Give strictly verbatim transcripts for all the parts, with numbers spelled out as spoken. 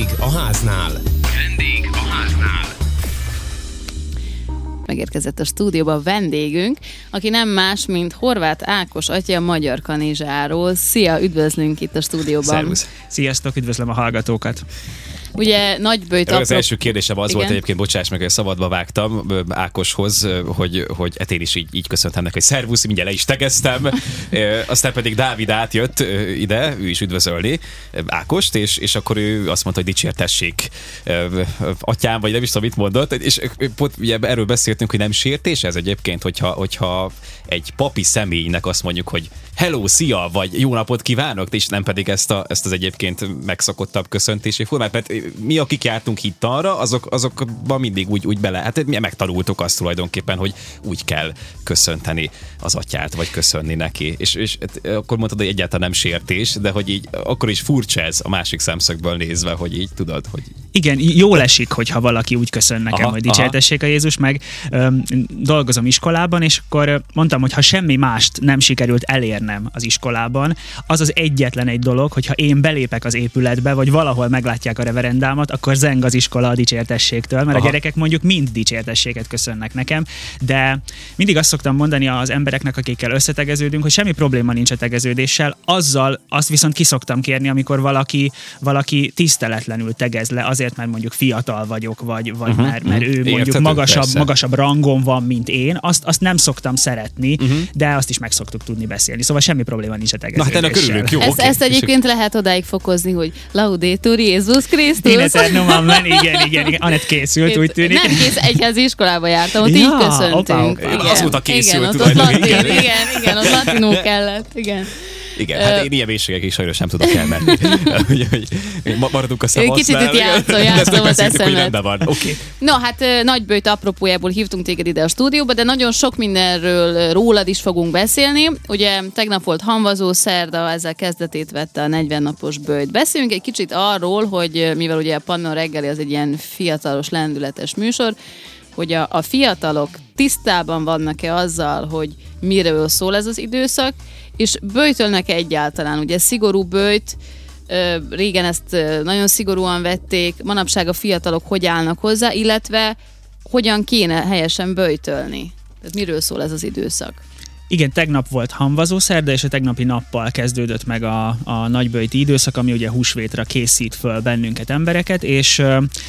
Vendég a háznál. Vendég a háznál. Megérkezett a stúdióba a vendégünk, aki nem más, mint Horváth Ákos atya Magyar Kanizsáról. Szia, üdvözlünk itt a stúdióban. Szervusz. Sziasztok, üdvözlöm a hallgatókat. Ugye Nagyböjt apró... Az első kérdésem az Igen? volt egyébként, bocsáss meg, hogy szabadba vágtam Ákoshoz, hogy, hogy én is így, így köszöntem neki, hogy szervusz, mindjárt le is tegeztem. Aztán pedig Dávid átjött ide, ő is üdvözölni Ákost, és, és akkor ő azt mondta, hogy dicsértessék atyám, vagy nem is tudom, mit mondott, és pont ugye erről beszéltünk, hogy nem sértés ez egyébként, hogyha, hogyha egy papi személynek azt mondjuk, hogy hello, szia, vagy jó napot kívánok, és nem pedig ezt, a, ezt az egyébként megszokottabb köszöntési formát, mert mi, akik jártunk hittanra, azok, azokban mindig úgy, úgy bele, hát mi megtanultuk azt tulajdonképpen, hogy úgy kell köszönteni az atyát, vagy köszönni neki. És, és akkor mondtad, hogy egyáltalán nem sértés, de hogy így akkor is furcsa ez a másik szemszögből nézve, hogy így tudod, hogy... Igen, jól esik, hogyha valaki úgy köszön nekem, aha, hogy dicsértessék a Jézus, meg öm, dolgozom iskolában, és akkor mondtam, hogy ha semmi mást nem sikerült elérnem az iskolában, az az egyetlen egy dolog, hogyha én belépek az épületbe, vagy valahol meglátják a reverendámat, akkor zeng az iskola a dicsértességtől, mert aha, a gyerekek mondjuk mind dicsértességet köszönnek nekem, de mindig azt szoktam mondani az embereknek, akikkel összetegeződünk, hogy semmi probléma nincs a tegeződéssel, azzal azt viszont ki szoktam kérni, amikor valaki, valaki tiszteletlenül tegez le, azért, mert mondjuk fiatal vagyok, vagy, vagy uh-huh, mert, mert ő mondjuk értető, magasabb, magasabb rangon van, mint én, azt, azt nem szoktam szeretni, uh-huh, de azt is meg szoktuk tudni beszélni. Szóval semmi probléma nincs a tegeződéssel. Na hát ennek örülünk, jó, ezt, okay. ezt egyébként lehet odáig fokozni, hogy Laudetur Jézus Krisztus. In eternum amen, igen, igen, igen. Anett készült, úgy tűnik. Nem kész, egyházi iskolába jártam, ott ja, így köszöntünk. Opa, opa. Azóta készült. Igen, ott, ott latin, igen, igen, ott latinul kellett, igen. Igen, hát én ilyen mélységek is sajnos nem tudok elmenni. Maradunk a szavasznál. Kicsit itt játszom, játszom az eszemet. Okay. No, hát Nagyböjt apropójából hívtunk téged ide a stúdióba, de nagyon sok mindenről rólad is fogunk beszélni. Ugye tegnap volt hamvazó szerda, ezzel kezdetét vette a negyven napos böjt. Beszéljünk egy kicsit arról, hogy mivel ugye a Pannon reggeli az egy ilyen fiatalos, lendületes műsor, hogy a, a fiatalok tisztában vannak-e azzal, hogy miről szól ez az időszak, és böjtölnek egyáltalán, ugye szigorú böjt, régen ezt nagyon szigorúan vették, manapság a fiatalok hogy állnak hozzá, illetve hogyan kéne helyesen böjtölni. Tehát miről szól ez az időszak? Igen, tegnap volt hamvazó szerda, és a tegnapi nappal kezdődött meg a, a nagyböjti időszak, ami ugye húsvétra készít föl bennünket, embereket, és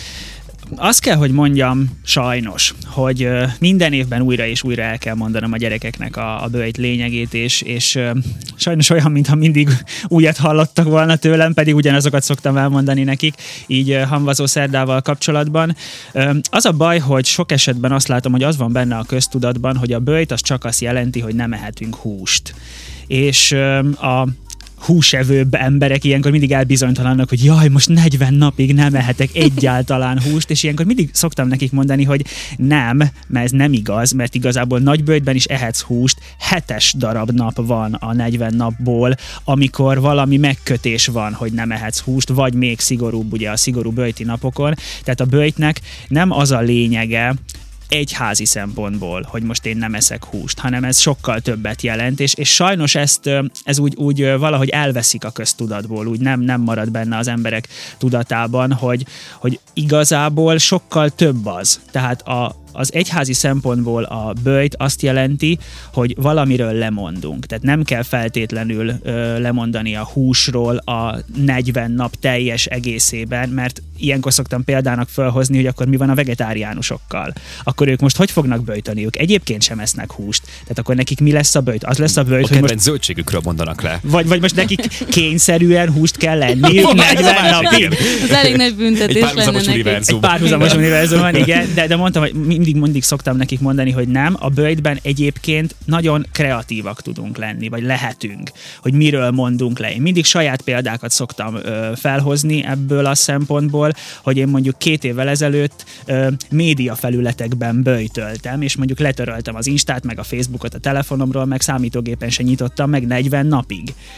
azt kell, hogy mondjam, sajnos, hogy minden évben újra és újra el kell mondanom a gyerekeknek a, a böjt lényegét, és, és sajnos olyan, mintha mindig újat hallottak volna tőlem, pedig ugyanazokat szoktam elmondani nekik, így hamvazó szerdával kapcsolatban. Az a baj, hogy sok esetben azt látom, hogy az van benne a köztudatban, hogy a böjt az csak azt jelenti, hogy nem ehetünk húst. És a húsevőbb emberek ilyenkor mindig elbizonytalannak, hogy jaj, most negyven napig nem ehetek egyáltalán húst, és ilyenkor mindig szoktam nekik mondani, hogy nem, mert ez nem igaz, mert igazából nagyböjtben is ehetsz húst, hetes darab nap van a negyven napból, amikor valami megkötés van, hogy nem ehetsz húst, vagy még szigorúbb ugye a szigorú böjti napokon. Tehát a böjtnek nem az a lényege, egyházi szempontból, hogy most én nem eszek húst, hanem ez sokkal többet jelent, és, és sajnos ezt ez úgy, úgy valahogy elveszik a köztudatból, úgy nem, nem marad benne az emberek tudatában, hogy, hogy igazából sokkal több az. Tehát a az egyházi szempontból a böjt azt jelenti, hogy valamiről lemondunk. Tehát nem kell feltétlenül ö, lemondani a húsról a negyven nap teljes egészében, mert ilyenkor szoktam példának felhozni, hogy akkor mi van a vegetáriánusokkal. Akkor ők most hogy fognak böjtölni? Ők egyébként sem esznek húst. Tehát akkor nekik mi lesz a böjt? Az lesz a böjt, a hogy most... zöldségükről mondanak le. Vagy, vagy most nekik kényszerűen húst kell lenni negyven napig. Ez elég nagy büntetés lenne nekik. Egy párhuzamos univerzum van, igen, de, de mondtam, hogy mindig, mindig szoktam nekik mondani, hogy nem. A böjtben egyébként nagyon kreatívak tudunk lenni, vagy lehetünk, hogy miről mondunk le. Én mindig saját példákat szoktam ö, felhozni ebből a szempontból, hogy én mondjuk két évvel ezelőtt ö, média felületekben böjtöltem, és mondjuk letöröltem az Instát, meg a Facebookot a telefonomról, meg számítógépen se nyitottam meg negyven napig.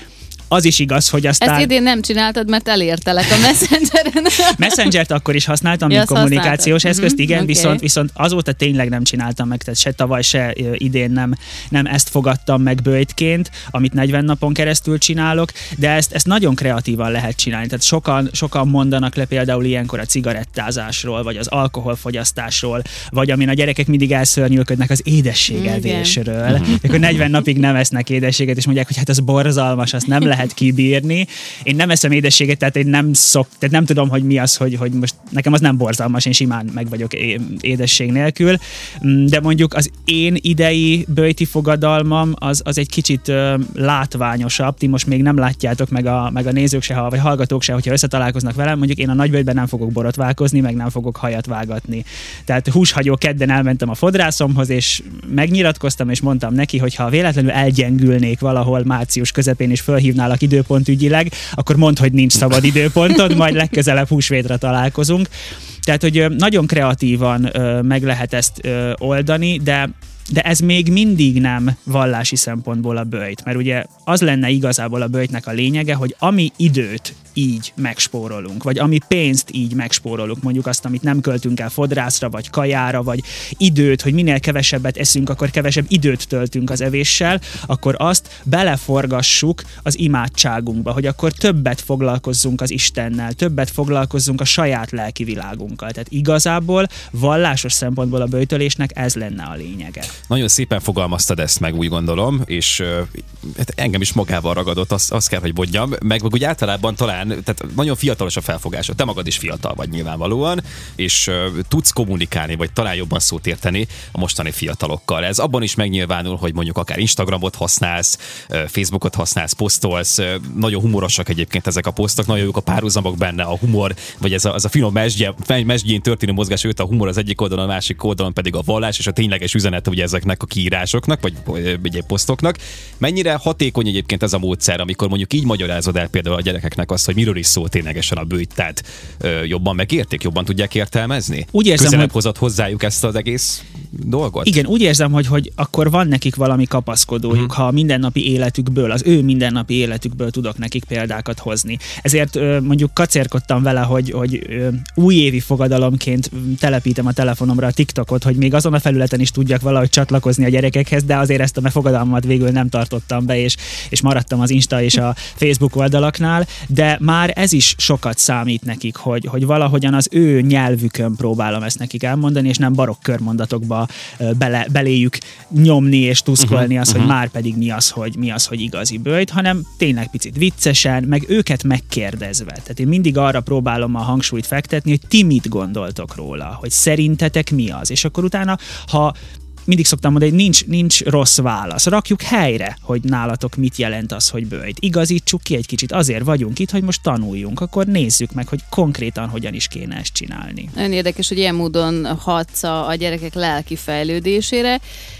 az is igaz, hogy aztán... Ezt idén nem csináltad, mert elértelek a Messengeren. Messengert akkor is használtam, mint Ja, kommunikációs eszközt, uh-huh, igen, okay. viszont, viszont azóta tényleg nem csináltam meg, tehát se tavaly, se idén nem, nem ezt fogadtam meg böjtként, amit negyven napon keresztül csinálok, de ezt, ezt nagyon kreatívan lehet csinálni. Tehát sokan, sokan mondanak le például ilyenkor a cigarettázásról, vagy az alkoholfogyasztásról, vagy amin a gyerekek mindig elszörnyűködnek, az édességevésről. Uh-huh. Akkor negyven napig nem esznek édességet, és mondják, hogy hát ez borzalmas, azt nem lehet kibírni. Én nem eszem édességet, tehát én nem szok, tehát nem tudom, hogy mi az, hogy, hogy most nekem az nem borzalmas, én simán meg vagyok édesség nélkül, de mondjuk az én idei böjti fogadalmam az, az egy kicsit uh, látványosabb, ti most még nem látjátok, meg a, meg a nézők se, vagy hallgatók se, hogyha összetalálkoznak velem, mondjuk én a nagyböjtben nem fogok borotválkozni, meg nem fogok hajat vágatni. Tehát húshagyó kedden elmentem a fodrászomhoz, és megnyilatkoztam, és mondtam neki, hogy ha véletlenül elgyengülnék valahol március közepén, és fölhívnálak időpontügyileg, akkor mondd, hogy nincs szabad időpontod, majd legközelebb húsvétra találkozunk. Tehát, hogy nagyon kreatívan meg lehet ezt oldani, de De ez még mindig nem vallási szempontból a böjt, mert ugye az lenne igazából a böjtnek a lényege, hogy ami időt így megspórolunk, vagy ami pénzt így megspórolunk, mondjuk azt, amit nem költünk el fodrászra, vagy kajára, vagy időt, hogy minél kevesebbet eszünk, akkor kevesebb időt töltünk az evéssel, akkor azt beleforgassuk az imádságunkba, hogy akkor többet foglalkozzunk az Istennel, többet foglalkozzunk a saját lelki világunkkal. Tehát igazából vallásos szempontból a böjtölésnek ez lenne a lényege. Nagyon szépen fogalmaztad ezt meg, úgy gondolom, és uh, engem is magával ragadott, azt, azt kell, hogy mondjam, meg, meg úgy általában talán, tehát nagyon fiatalos a felfogásod, te magad is fiatal vagy nyilvánvalóan, és uh, tudsz kommunikálni, vagy talán jobban szót érteni a mostani fiatalokkal. Ez abban is megnyilvánul, hogy mondjuk akár Instagramot használsz, uh, Facebookot használsz, posztolsz, uh, nagyon humorosak egyébként ezek a posztok, nagyon jók a párhuzamok benne, a humor, vagy ez a, az a finom mesdjén történő mozgás, őt a humor az egyik oldalon, a másik oldalon pedig a vallás, és a tényleges üzenet ugye ezeknek a kiírásoknak, vagy egy posztoknak. Mennyire hatékony egyébként ez a módszer, amikor mondjuk így magyarázod el például a gyerekeknek azt, hogy miről is szól ténylegesen a böjt, tehát ö, jobban megérték, jobban tudják értelmezni? Úgy érzem, közelebb hogy... hozott hozzájuk ezt az egész dolgot? Igen, úgy érzem, hogy, hogy akkor van nekik valami kapaszkodójuk, uh-huh. ha a mindennapi életükből, az ő mindennapi életükből tudok nekik példákat hozni. Ezért ö, mondjuk kacérkodtam vele, hogy, hogy ö, újévi fogadalomként telepítem a telefonomra a TikTokot, hogy még azon a felületen is tudjak valahogy csatlakozni a gyerekekhez, de azért ezt a fogadalmat végül nem tartottam be, és, és maradtam az Insta és a Facebook oldalaknál, de már ez is sokat számít nekik, hogy, hogy valahogyan az ő nyelvükön próbálom ezt nekik elmondani, és nem barokk körmondatokba bele, beléjük nyomni és tuszkolni uh-huh, azt, uh-huh. hogy már pedig mi az, hogy, mi az, hogy igazi böjt, hanem tényleg picit viccesen, meg őket megkérdezve. Tehát én mindig arra próbálom a hangsúlyt fektetni, hogy ti mit gondoltok róla, hogy szerintetek mi az, és akkor utána, ha mindig szoktam mondani, hogy nincs, nincs rossz válasz. Rakjuk helyre, hogy nálatok mit jelent az, hogy böjt. Igazítsuk ki egy kicsit. Azért vagyunk itt, hogy most tanuljunk. Akkor nézzük meg, hogy konkrétan hogyan is kéne ezt csinálni. Nagyon érdekes, hogy ilyen módon hatsz a, a gyerekek lelki fejlődésére,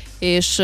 és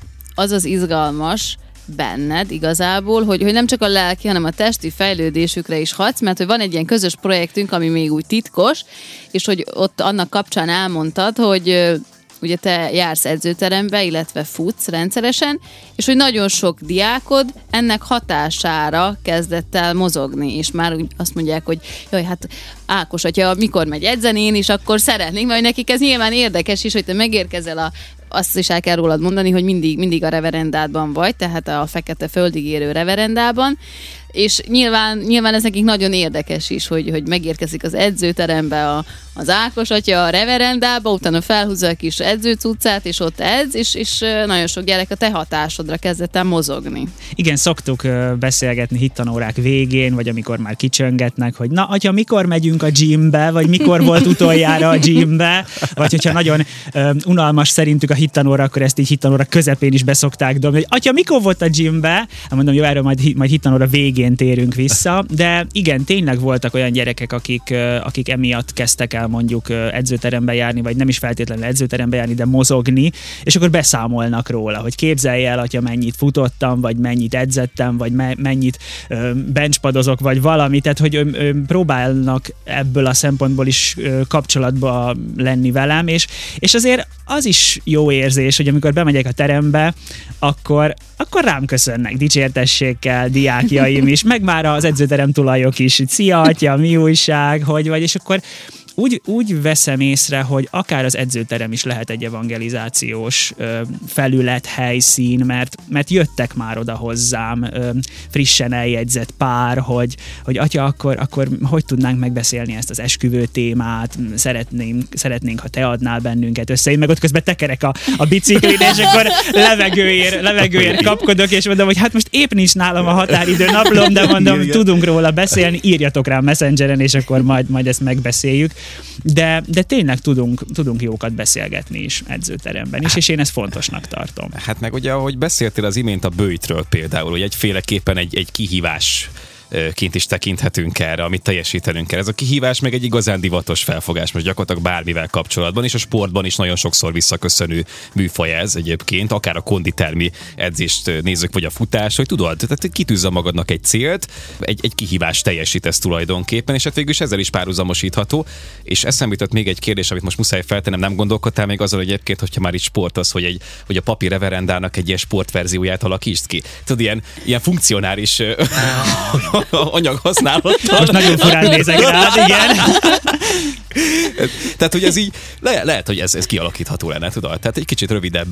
az az izgalmas benned igazából, hogy, hogy nem csak a lelki, hanem a testi fejlődésükre is hatsz, mert hogy van egy ilyen közös projektünk, ami még úgy titkos, és hogy ott annak kapcsán elmondtad, hogy ugye te jársz edzőterembe, illetve futsz rendszeresen, és hogy nagyon sok diákod ennek hatására kezdett el mozogni, és már úgy azt mondják, hogy jaj, hát Ákos, hogyha mikor megy edzeni, én is akkor szeretnénk, mert nekik ez nyilván érdekes is, hogy te megérkezel a azt is el kell rólad mondani, hogy mindig, mindig a reverendádban vagy, tehát a fekete földig érő reverendában, és nyilván, nyilván ez nekik nagyon érdekes is, hogy, hogy megérkezik az edzőterembe a, az Ákos atya a reverendába, utána felhúzza a kis edzőcuccát, és ott edz, és, és nagyon sok gyerek a te hatásodra kezdett el mozogni. Igen, szoktuk beszélgetni hittanórák végén, vagy amikor már kicsöngetnek, hogy na, atya, mikor megyünk a gymbe, vagy mikor volt utoljára a gymbe, vagy hogyha nagyon uh, unalmas szerintük a hittanóra, akkor ezt így hittanóra közepén is beszokták dobni, hogy atya, mikor volt a gymbe? Hát mondom, jó, erről majd, majd hittanóra végén térünk vissza, de igen, tényleg voltak olyan gyerekek, akik, akik emiatt kezdtek el mondjuk edzőterembe járni, vagy nem is feltétlenül edzőterembe járni, de mozogni, és akkor beszámolnak róla, hogy képzelj el, atya, mennyit futottam, vagy mennyit edzettem, vagy me- mennyit ö, benchpadozok, vagy valami, tehát hogy ö, ö, próbálnak ebből a szempontból is ö, kapcsolatba lenni velem, és, és azért az is jó érzés, hogy amikor bemegyek a terembe, akkor, akkor rám köszönnek dicsértességgel diákjaim, szeretném is, meg már az edzőterem tulajok is, szia atya, mi újság, hogy vagy, és akkor Úgy, úgy veszem észre, hogy akár az edzőterem is lehet egy evangelizációs ö, felület, helyszín, mert, mert jöttek már oda hozzám ö, frissen eljegyzett pár, hogy, hogy atya, akkor, akkor hogy tudnánk megbeszélni ezt az esküvő témát, szeretnénk, szeretnénk, ha te adnál bennünket össze. Én meg ott közben tekerek a, a biciklin, és akkor levegőért, levegőért kapkodok, és mondom, hogy hát most épp nincs nálam a határidő naplom, de mondom, tudunk róla beszélni, írjatok rá Messengeren, és akkor majd, majd ezt megbeszéljük. De, de tényleg tudunk, tudunk jókat beszélgetni is edzőteremben is, és én ezt fontosnak tartom. Hát meg ugye, ahogy beszéltél az imént a böjtről például, hogy egyféleképpen egy, egy kihívás ként is tekinthetünk erre, amit teljesítenünk kell. Ez a kihívás meg egy igazán divatos felfogás, most gyakorlatilag bármivel kapcsolatban, és a sportban is nagyon sokszor visszaköszönő műfaj ez egyébként, akár a konditermi edzést nézzük, vagy a futás, hogy tudod, tehát kitűzza magadnak egy célt, egy, egy kihívást teljesítesz tulajdonképpen, és hát végül is ezzel is párhuzamosítható. És eszembe jutott még egy kérdés, amit most muszáj feltennem, nem gondolkodtál még azon, hogy egyébként, hogyha már itt sport az, hogy, egy, hogy a papi reverendának egy ilyen sportverzióját alakítsd ki. Tudod, ilyen, ilyen funkcionális anyag használattal. Most nagyon furán nézek rád, igen. Tehát, hogy ez így, le, lehet, hogy ez, ez kialakítható lenne, tudod? Tehát egy kicsit rövidebb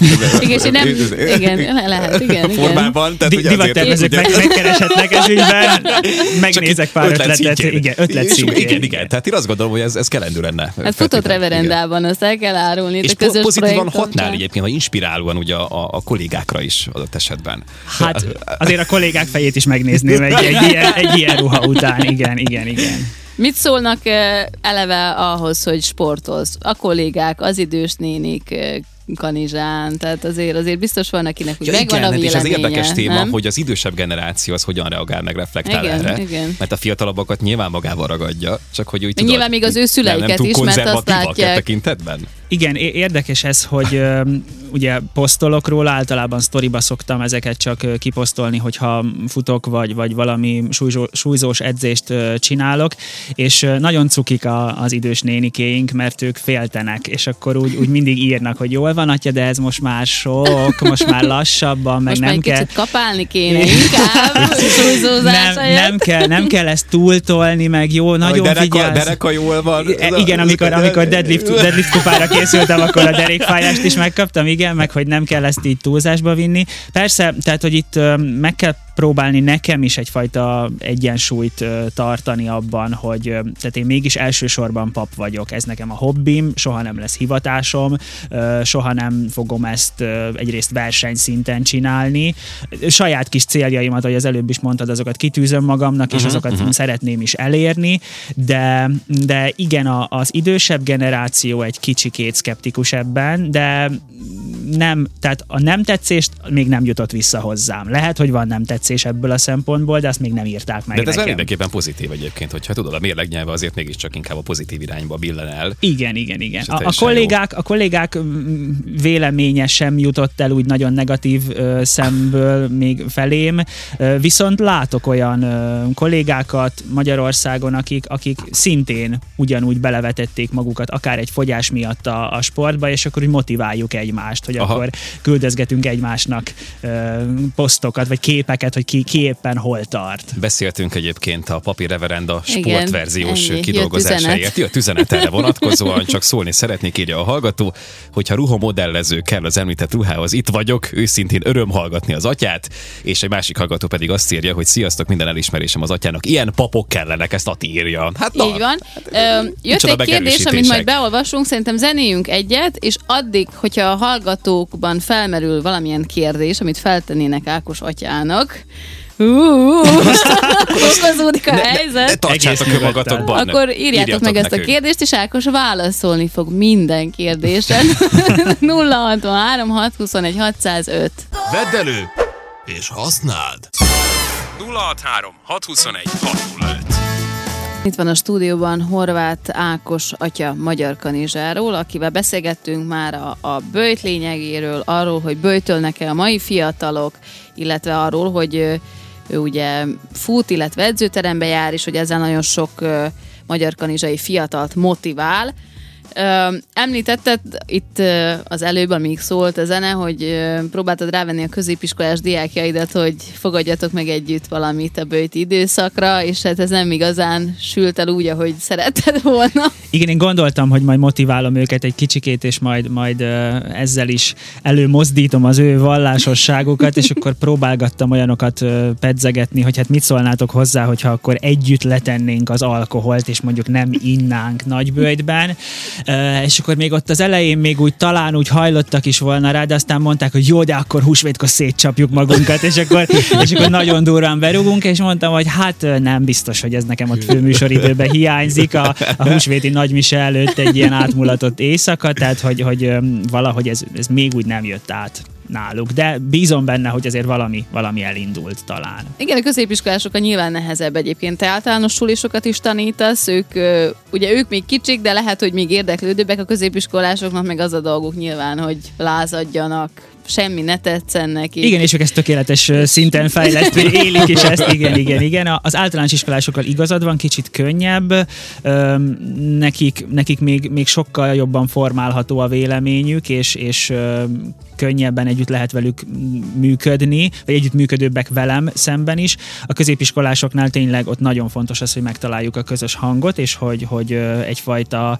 igen, nem, igen, lehet, igen, formában. Igen. Divattervezők meg, megkereshetnek ez ügyben, megnézek pár ötletet. Igen, ötlet szintjén. Igen, igen, tehát én azt gondolom, hogy ez, ez kellendő lenne. Hát futott reverendában, azt el kell árulni. És pozitívan hatnál egyébként, vagy inspirálóan ugye a, a kollégákra is adott esetben. Hát azért a kollégák fejét is megnézném egy, egy, ilyen, egy ilyen ruha után, igen, igen, igen. Mit szólnak eleve ahhoz, hogy sportolsz? A kollégák, az idős nénik, Kanizsán, tehát azért, azért biztos van akinek, hogy ja, megvan igen, a véleménye. És az érdekes téma, nem? hogy az idősebb generáció az hogyan reagál, meg reflektál igen, erre. Igen. Mert a fiatalabbakat nyilván magával ragadja, csak hogy úgy tudod, nyilván még az ő szüleiket nem, nem is, mert azt látják. Tekintetben? Igen, érdekes ez, hogy uh, ugye posztolok róla, általában sztoriba szoktam ezeket csak uh, kiposztolni, hogyha futok, vagy, vagy valami súlyzó, súlyzós edzést uh, csinálok, és uh, nagyon cukik a, az idős nénikéink, mert ők féltenek, és akkor úgy, úgy mindig írnak, hogy jól van, atya, de ez most már sok, most már lassabban, meg most nem már kell... kicsit kapálni kéne inkább, súlyzózás nem, nem, kell, nem kell ezt túltolni, meg jó, nagyon dereka, vigyázz. Dereka jól van. E, igen, amikor, amikor deadlift, deadlift kupára készültem, akkor a derékfájást is megkaptam, igen, meg hogy nem kell ezt így túlzásba vinni. Persze, tehát, hogy itt meg kell próbálni nekem is egyfajta egyensúlyt tartani abban, hogy tehát én mégis elsősorban pap vagyok, ez nekem a hobbim, soha nem lesz hivatásom, soha nem fogom ezt egyrészt versenyszinten csinálni. Saját kis céljaimat, ahogy az előbb is mondtad, azokat kitűzöm magamnak, és uh-huh, azokat uh-huh. szeretném is elérni, de, de igen, a, az idősebb generáció egy kicsikét szkeptikus ebben, de nem, tehát a nem tetszést még nem jutott vissza hozzám. Lehet, hogy van nem tetszés ebből a szempontból, de azt még nem írták meg. De ez mindenképpen pozitív egyébként, hogyha tudod, a mérlegnyelve azért mégiscsak inkább a pozitív irányba billen el. Igen, igen, igen. A, a, kollégák, a kollégák véleménye sem jutott el úgy nagyon negatív ö, szemből még felém, ö, viszont látok olyan ö, kollégákat Magyarországon, akik, akik szintén ugyanúgy belevetették magukat, akár egy fogyás miatt a, a sportba, és akkor úgy motiváljuk egymást, hogy Aha. akkor küldözgetünk egymásnak ö, posztokat, vagy képeket, hogy ki, ki éppen hol tart. Beszéltünk egyébként a papi reverenda sportverziós ennyi, kidolgozásáért. Jött üzenet erre vonatkozóan, csak szólni szeretnék, írja a hallgató, hogyha ruhamodellező kell az említett ruhához, itt vagyok, őszintén öröm hallgatni az atyát, és egy másik hallgató pedig azt írja, hogy sziasztok, minden elismerésem az atyának, ilyen papok kellenek, ezt Ati írja. Hát na, így van. Ö, jött egy kérdés, amit majd beolvasunk, szerintem zenéljünk egyet, és addig, hogyha a hallgatókban felmerül valamilyen kérdés, amit feltennének Ákos atyának, fokozódik a helyzet. Ne, ne tartsátok önmagatokban. Akkor írjátok, írjátok meg nekünk ezt a kérdést, és Ákos válaszolni fog minden kérdésen. nulla hatvanhárom hatszázhuszonegy hatszázöt. Vedd elő, és használd. nulla hatvanhárom hatszázhuszonegy hatszázöt. Itt van a stúdióban Horváth Ákos atya Magyar Kanizsáról, akivel beszélgettünk már a, a böjt lényegéről, arról, hogy böjtölnek-e a mai fiatalok, illetve arról, hogy ő ugye fut, illetve edzőterembe jár, és hogy ezzel nagyon sok magyar kanizsai fiatalt motivál. Ö, említetted itt ö, az előbb, amíg szólt a zene, hogy ö, próbáltad rávenni a középiskolás diákjaidat, hogy fogadjatok meg együtt valamit a böjti időszakra, és hát ez nem igazán sült el úgy, ahogy szeretted volna. Igen, én gondoltam, hogy majd motiválom őket egy kicsikét, és majd, majd ö, ezzel is előmozdítom az ő vallásosságukat, és akkor próbálgattam olyanokat ö, pedzegetni, hogy hát mit szólnátok hozzá, hogyha akkor együtt letennénk az alkoholt, és mondjuk nem innánk Nagyböjtben. Uh, és akkor még ott az elején még úgy talán úgy hajlottak is volna rá, de aztán mondták, hogy jó, de akkor húsvétkor szétcsapjuk magunkat, és akkor, és akkor nagyon durván berúgunk, és mondtam, hogy hát nem biztos, hogy ez nekem ott főműsoridőben hiányzik a, a húsvéti nagymise előtt egy ilyen átmulatott éjszaka, tehát hogy, hogy um, valahogy ez, ez még úgy nem jött át náluk, de bízom benne, hogy azért valami, valami elindult talán. Igen, a középiskolások a nyilván nehezebb egyébként. Te általános sulisokat is tanítasz, ők, ugye ők még kicsik, de lehet, hogy még érdeklődőbbek, a középiskolásoknak meg az a dolguk nyilván, hogy lázadjanak, semmi ne tetszen nekik. Igen, és ők ezt tökéletes szinten fejlesztve élik is ezt, igen, igen, igen. Az általános iskolásokkal igazad van, kicsit könnyebb, nekik, nekik még, még sokkal jobban formálható a véleményük, és, és könnyebben együtt lehet velük működni, vagy együttműködőbbek velem szemben is. A középiskolásoknál tényleg ott nagyon fontos az, hogy megtaláljuk a közös hangot, és hogy, hogy egyfajta,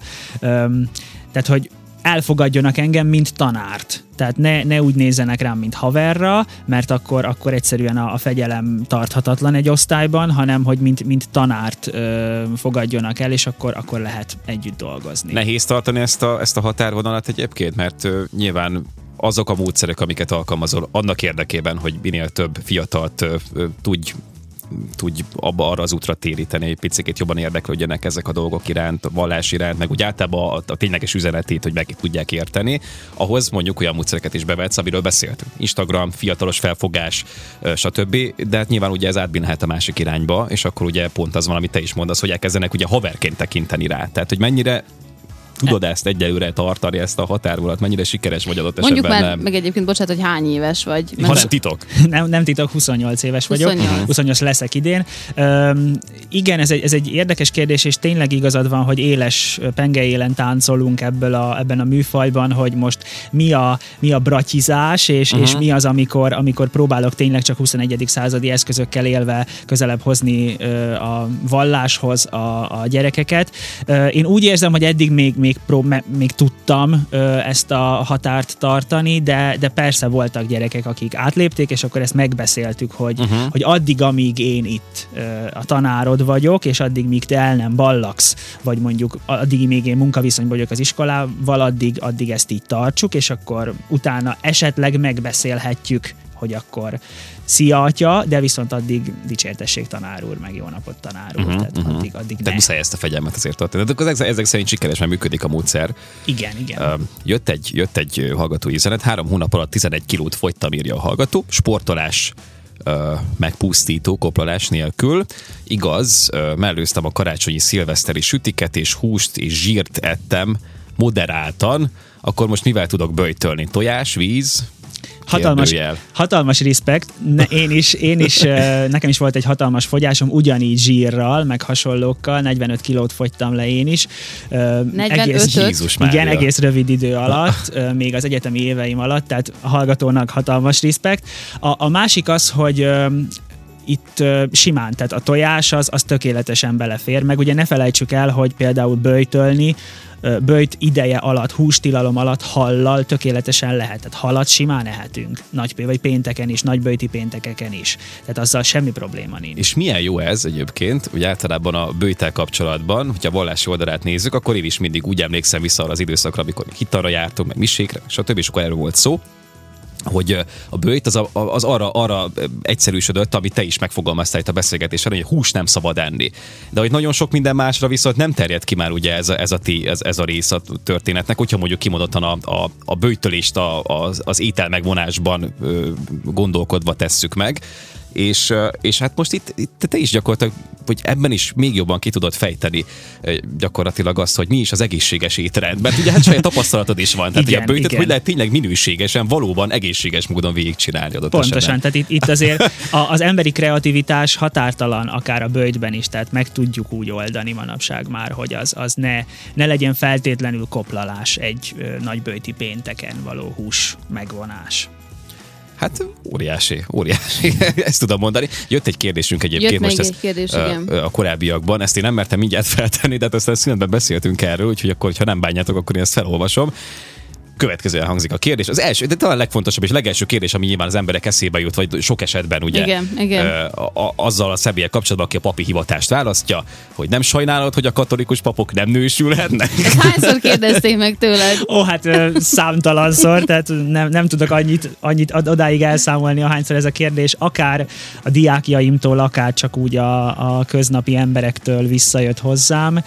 tehát hogy elfogadjanak engem, mint tanárt. Tehát ne, ne úgy nézzenek rám, mint haverra, mert akkor, akkor egyszerűen a, a fegyelem tarthatatlan egy osztályban, hanem hogy mint, mint tanárt ö, fogadjanak el, és akkor, akkor lehet együtt dolgozni. Nehéz tartani ezt a, ezt a határvonalat egyébként, mert ö, nyilván azok a módszerek, amiket alkalmazol annak érdekében, hogy minél több fiatalt ö, ö, tudj tudj abba arra az útra téríteni, egy picit jobban érdeklődjenek ezek a dolgok iránt, a vallás iránt, meg úgy általában a, a tényleges üzenetét, hogy meg tudják érteni. Ahhoz mondjuk olyan módszereket is bevetsz, amiről beszéltünk. Instagram, fiatalos felfogás, stb. De hát nyilván ugye ez átbínhet a másik irányba, és akkor ugye pont az van, amit te is mondasz, hogy elkezdenek ugye haverként tekinteni rá. Tehát, hogy mennyire tudod ezt egyelőre tartani, ezt a határvonalat, mennyire sikeres vagy adott esetben? Mondjuk már, nem. meg egyébként, bocsánat, hogy hány éves vagy. Ha nem titok. Nem, nem titok, huszonnyolc éves vagyok. huszonnyolc. huszonnyolc leszek idén. Üm, igen, ez egy, ez egy érdekes kérdés, és tényleg igazad van, hogy éles pengeélen táncolunk ebből a, ebben a műfajban, hogy most mi a, mi a bratizás, és, uh-huh. és mi az, amikor, amikor próbálok tényleg csak huszonegyedik századi eszközökkel élve közelebb hozni ö, a valláshoz a, a gyerekeket. Ö, én úgy érzem, hogy eddig még, még Még, még tudtam ö, ezt a határt tartani, de, de persze voltak gyerekek, akik átlépték, és akkor ezt megbeszéltük, hogy, uh-huh. hogy addig, amíg én itt ö, a tanárod vagyok, és addig, míg te el nem ballagsz, vagy mondjuk addig, még én munkaviszonyban vagyok az iskolával, addig, addig ezt így tartsuk, és akkor utána esetleg megbeszélhetjük, hogy akkor szia atya, de viszont addig dicsértessék tanár úr, meg jó napot tanár úr, uh-huh, tehát uh-huh. addig, addig de muszáj ezt a fegyelmet azért tartani. De ezek, ezek szerint sikeresen működik a módszer. Igen, igen. Uh, jött, egy, jött egy hallgatói üzenet, három hónap alatt tizenegy kilót fogytam, írja a hallgató, sportolás uh, megpusztító koplalás nélkül. Igaz, uh, mellőztem a karácsonyi szilveszteri sütiket, és húst és zsírt ettem moderáltan. Akkor most mivel tudok böjtölni? Tojás, víz? Hatalmas, hatalmas respekt. Ne, én is, én is, nekem is volt egy hatalmas fogyásom, ugyanígy zsírral, meg hasonlókkal, negyvenöt kilót fogytam le én is. negyvenöt? Egész, igen, egész rövid idő alatt, még az egyetemi éveim alatt, tehát a hallgatónak hatalmas respekt. A, a másik az, hogy itt uh, simán, tehát a tojás az, az tökéletesen belefér, meg ugye ne felejtsük el, hogy például böjtölni, uh, böjt ideje alatt, hústilalom alatt hallal tökéletesen lehet. Tehát halat simán ehetünk. Nagy, vagy pénteken is, nagyböjti péntekeken is. Tehát azzal semmi probléma nincs. És milyen jó ez egyébként, hogy általában a böjttel kapcsolatban, hogyha a vallási oldalát nézzük, akkor én is mindig úgy emlékszem vissza arra az időszakra, amikor hitalra jártunk, meg misékre, stb. És akkor erről volt szó, hogy a böjt az, a, az arra, arra egyszerűsödött, amit te is megfogalmaztál itt a beszélgetésen, hogy hús nem szabad enni. De hogy nagyon sok minden másra viszont nem terjed ki már ugye ez a, ez a, ti, ez, ez a rész a történetnek, hogyha mondjuk kimondottan a, a, a böjtölést a, az, az étel megvonásban ö, gondolkodva tesszük meg. És, és hát most itt, itt te is gyakorlatilag, hogy ebben is még jobban ki tudod fejteni gyakorlatilag azt, hogy mi is az egészséges étrend. Mert ugye hát saját tapasztalatod is van. Tehát igen, ugye a böjtöt, hogy lehet tényleg minőségesen, valóban egészséges módon végigcsinálni adott Pontosan, esetben. tehát itt, itt azért a, az emberi kreativitás határtalan, akár a böjtben is, tehát meg tudjuk úgy oldani manapság már, hogy az, az ne, ne legyen feltétlenül koplalás egy ö, nagyböjti pénteken való hús megvonás. Hát óriási, óriási, ezt tudom mondani. Jött egy kérdésünk egyébként Jött most még ezt, egy kérdés, a, igen. a korábbiakban, ezt én nem mertem mindjárt feltenni, de hát aztán szünetben beszéltünk erről, úgyhogy akkor, ha nem bánjátok, akkor én ezt felolvasom. Következően hangzik a kérdés. Az első, de talán a legfontosabb és legelső kérdés, ami nyilván az emberek eszébe jut, vagy sok esetben ugye igen, igen. A, a, azzal a személlyel kapcsolatban, aki a papi hivatást választja, hogy nem sajnálod, hogy a katolikus papok nem nősülhetnek? Ezt hányszor kérdezték meg tőled? Ó, hát ö, számtalanszor, tehát nem, nem tudok annyit, annyit odáig elszámolni, ahányszor ez a kérdés, akár a diákjaimtól, akár csak úgy a, a köznapi emberektől visszajött hozzám.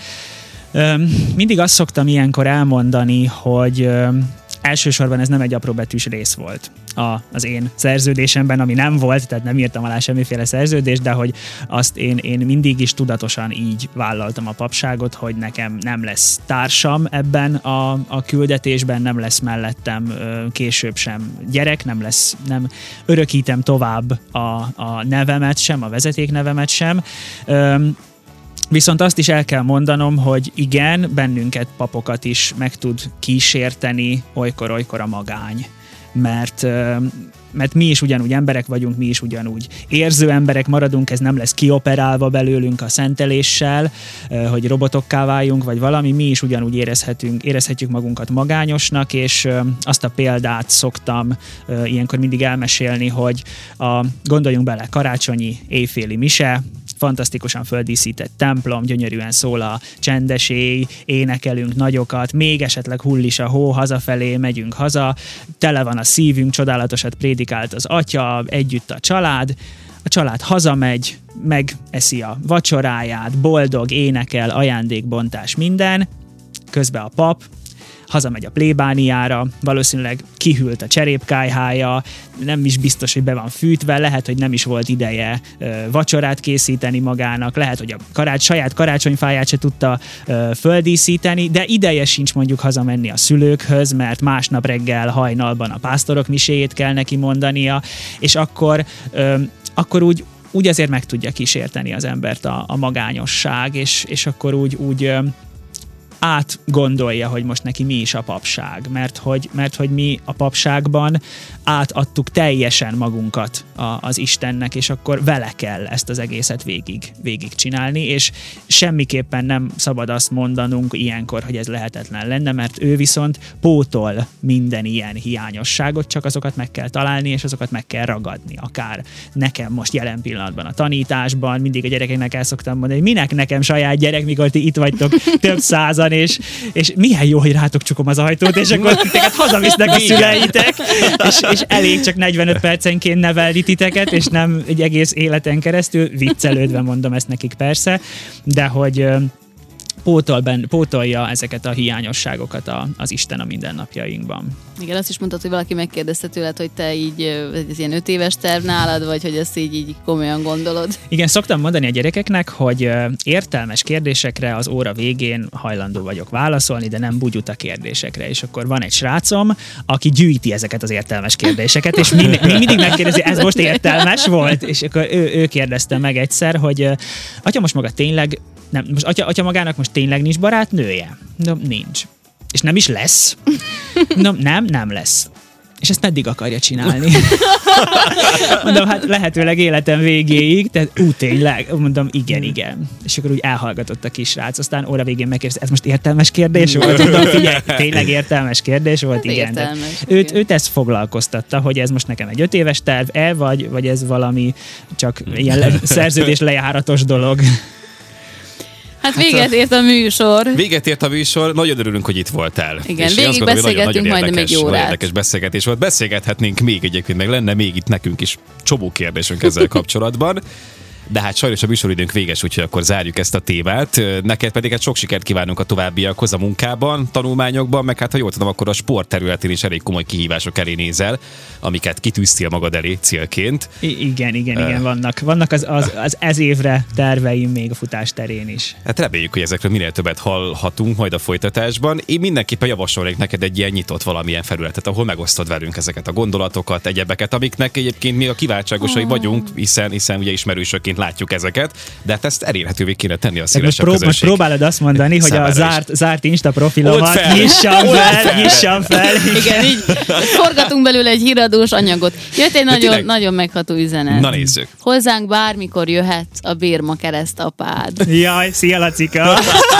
Ö, mindig azt szoktam ilyenkor elmondani, hogy ö, elsősorban ez nem egy apróbetűs rész volt a, az én szerződésemben, ami nem volt, tehát nem írtam alá semmiféle szerződést, de hogy azt én, én mindig is tudatosan így vállaltam a papságot, hogy nekem nem lesz társam ebben a, a küldetésben, nem lesz mellettem ö, később sem gyerek, nem lesz, nem örökítem tovább a, a nevemet sem, a vezetéknevemet sem. Ö, Viszont azt is el kell mondanom, hogy igen, bennünket papokat is meg tud kísérteni olykor-olykor a magány. Mert, mert mi is ugyanúgy emberek vagyunk, mi is ugyanúgy érző emberek maradunk, ez nem lesz kioperálva belőlünk a szenteléssel, hogy robotokká váljunk, vagy valami, mi is ugyanúgy érezhetünk, érezhetjük magunkat magányosnak, és azt a példát szoktam ilyenkor mindig elmesélni, hogy a, gondoljunk bele, karácsonyi éjféli mise, fantasztikusan földíszített templom, gyönyörűen szól a csendes éj, énekelünk nagyokat, még esetleg hull is a hó, hazafelé megyünk haza, tele van a szívünk, csodálatosat prédikált az atya, együtt a család, a család hazamegy, megeszi a vacsoráját, boldog, énekel, ajándékbontás, minden, közben a pap hazamegy a plébániára, valószínűleg kihűlt a cserépkályhája, nem is biztos, hogy be van fűtve, lehet, hogy nem is volt ideje ö, vacsorát készíteni magának, lehet, hogy a karács, saját karácsonyfáját se tudta ö, földíszíteni, de ideje sincs mondjuk hazamenni a szülőkhöz, mert másnap reggel hajnalban a pásztorok miséjét kell neki mondania, és akkor, ö, akkor úgy, úgy azért meg tudja kísérteni az embert a, a magányosság, és, és akkor úgy, úgy ö, átgondolja, hogy most neki mi is a papság, mert hogy, mert hogy mi a papságban átadtuk teljesen magunkat a, az Istennek, és akkor vele kell ezt az egészet végig, végig csinálni, és semmiképpen nem szabad azt mondanunk ilyenkor, hogy ez lehetetlen lenne, mert ő viszont pótol minden ilyen hiányosságot, csak azokat meg kell találni, és azokat meg kell ragadni. Akár nekem most jelen pillanatban a tanításban, mindig a gyerekeknek el szoktam mondani, hogy minek nekem saját gyerek, mikor ti itt vagytok több százan, és, és milyen jó, hogy rátok csukom az ajtót, és akkor titeket hazavisznek a szüleitek, és, és elég csak negyvenöt percenként nevelni titeket, és nem egy egész életen keresztül, viccelődve mondom ezt nekik persze, de hogy pótol ben, pótolja ezeket a hiányosságokat a, az Isten a mindennapjainkban. Igen, azt is mondtad, hogy valaki megkérdezte tőled, hogy te így, ez ilyen öt éves terv nálad, vagy hogy ezt így, így komolyan gondolod. Igen, szoktam mondani a gyerekeknek, hogy értelmes kérdésekre az óra végén hajlandó vagyok válaszolni, de nem bugyuta kérdésekre. És akkor van egy srácom, aki gyűjti ezeket az értelmes kérdéseket, és mi, mi mindig megkérdezi, ez most értelmes volt? És akkor ő, ő kérdezte meg egyszer, hogy atya, most maga tényleg, nem, most atya, atya magának most tényleg nincs barátnője? No, nincs. És nem is lesz? No, nem, nem lesz. És ezt meddig akarja csinálni? Mondom, hát lehetőleg életem végéig, tehát ú, tényleg? Mondom, igen, igen. És akkor úgy elhallgatott a kisrác, aztán óra végén megkérdezte, ez most értelmes kérdés volt? Mondom, figyelj, tényleg értelmes kérdés volt? Hát igen. Értelmes, őt, igen. őt ezt foglalkoztatta, hogy ez most nekem egy öt éves terv-e, vagy, vagy ez valami csak ilyen le, szerződés lejáratos dolog. Hát véget ért a műsor. Véget ért a műsor, nagyon örülünk, hogy itt voltál. Igen, és végig beszélgettünk majdnem egy órát. Nagyon érdekes beszélgetés volt. Beszélgethetnénk még egyébként, meg lenne még itt nekünk is csomó kérdésünk ezzel kapcsolatban. De hát sajnos a műsoridőnk véges, úgyhogy akkor zárjuk ezt a témát. Neked pedig hát sok sikert kívánunk a továbbiakhoz a munkában, tanulmányokban, meg hát ha jól tudom, akkor a sport területén is elég komoly kihívások elé nézel, amiket kitűztél magad elé célként. I- igen, igen, uh. igen, vannak. Vannak az, az, az ez évre terveim még a futás terén is. Hát reméljük, hogy ezekről minél többet hallhatunk majd a folytatásban. Én mindenképpen javasolnék neked egy ilyen nyitott valamilyen felületet, ahol megosztod velünk ezeket a gondolatokat, egyebeket, amiknek egyébként mi a kiváltságosai oh. vagyunk, hiszen, hiszen ugye ismerősökként látjuk ezeket, de hát ezt elérhetővé kéne tenni a szélesebb most, prób- közönség. most próbálod azt mondani, hogy a zárt, zárt Insta profilomat fel. nyissam fel, nyissam fel. Igen, így forgatunk belőle egy híradós anyagot. Jött egy nagyon, tényleg... nagyon megható üzenet. Na nézzük. Hozzánk bármikor jöhet a Bérma keresztapád. Jaj, szia Lacika!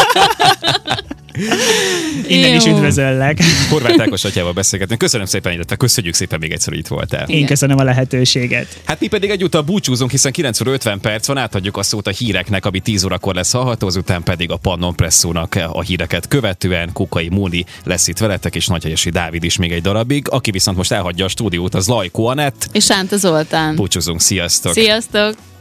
Innen Jó. is üdvözöllek. Horváth Ákos atyával beszélgetünk. Köszönöm szépen, hogy köszönjük szépen még egyszer, hogy itt voltál. Én köszönöm a lehetőséget. Hát mi pedig egyúttal búcsúzunk, hiszen kilenc óra ötven perc van, átadjuk a szót a híreknek, ami tíz órakor lesz hallható, azután pedig a Pannon Presszónak a híreket követően Kukai Móni lesz itt veletek, és Nagyhelyesi Dávid is még egy darabig. Aki viszont most elhagyja a stúdiót, az Lajko Anett. És Sánta Zoltán. Búcsúzunk, sziasztok! Sziasztok!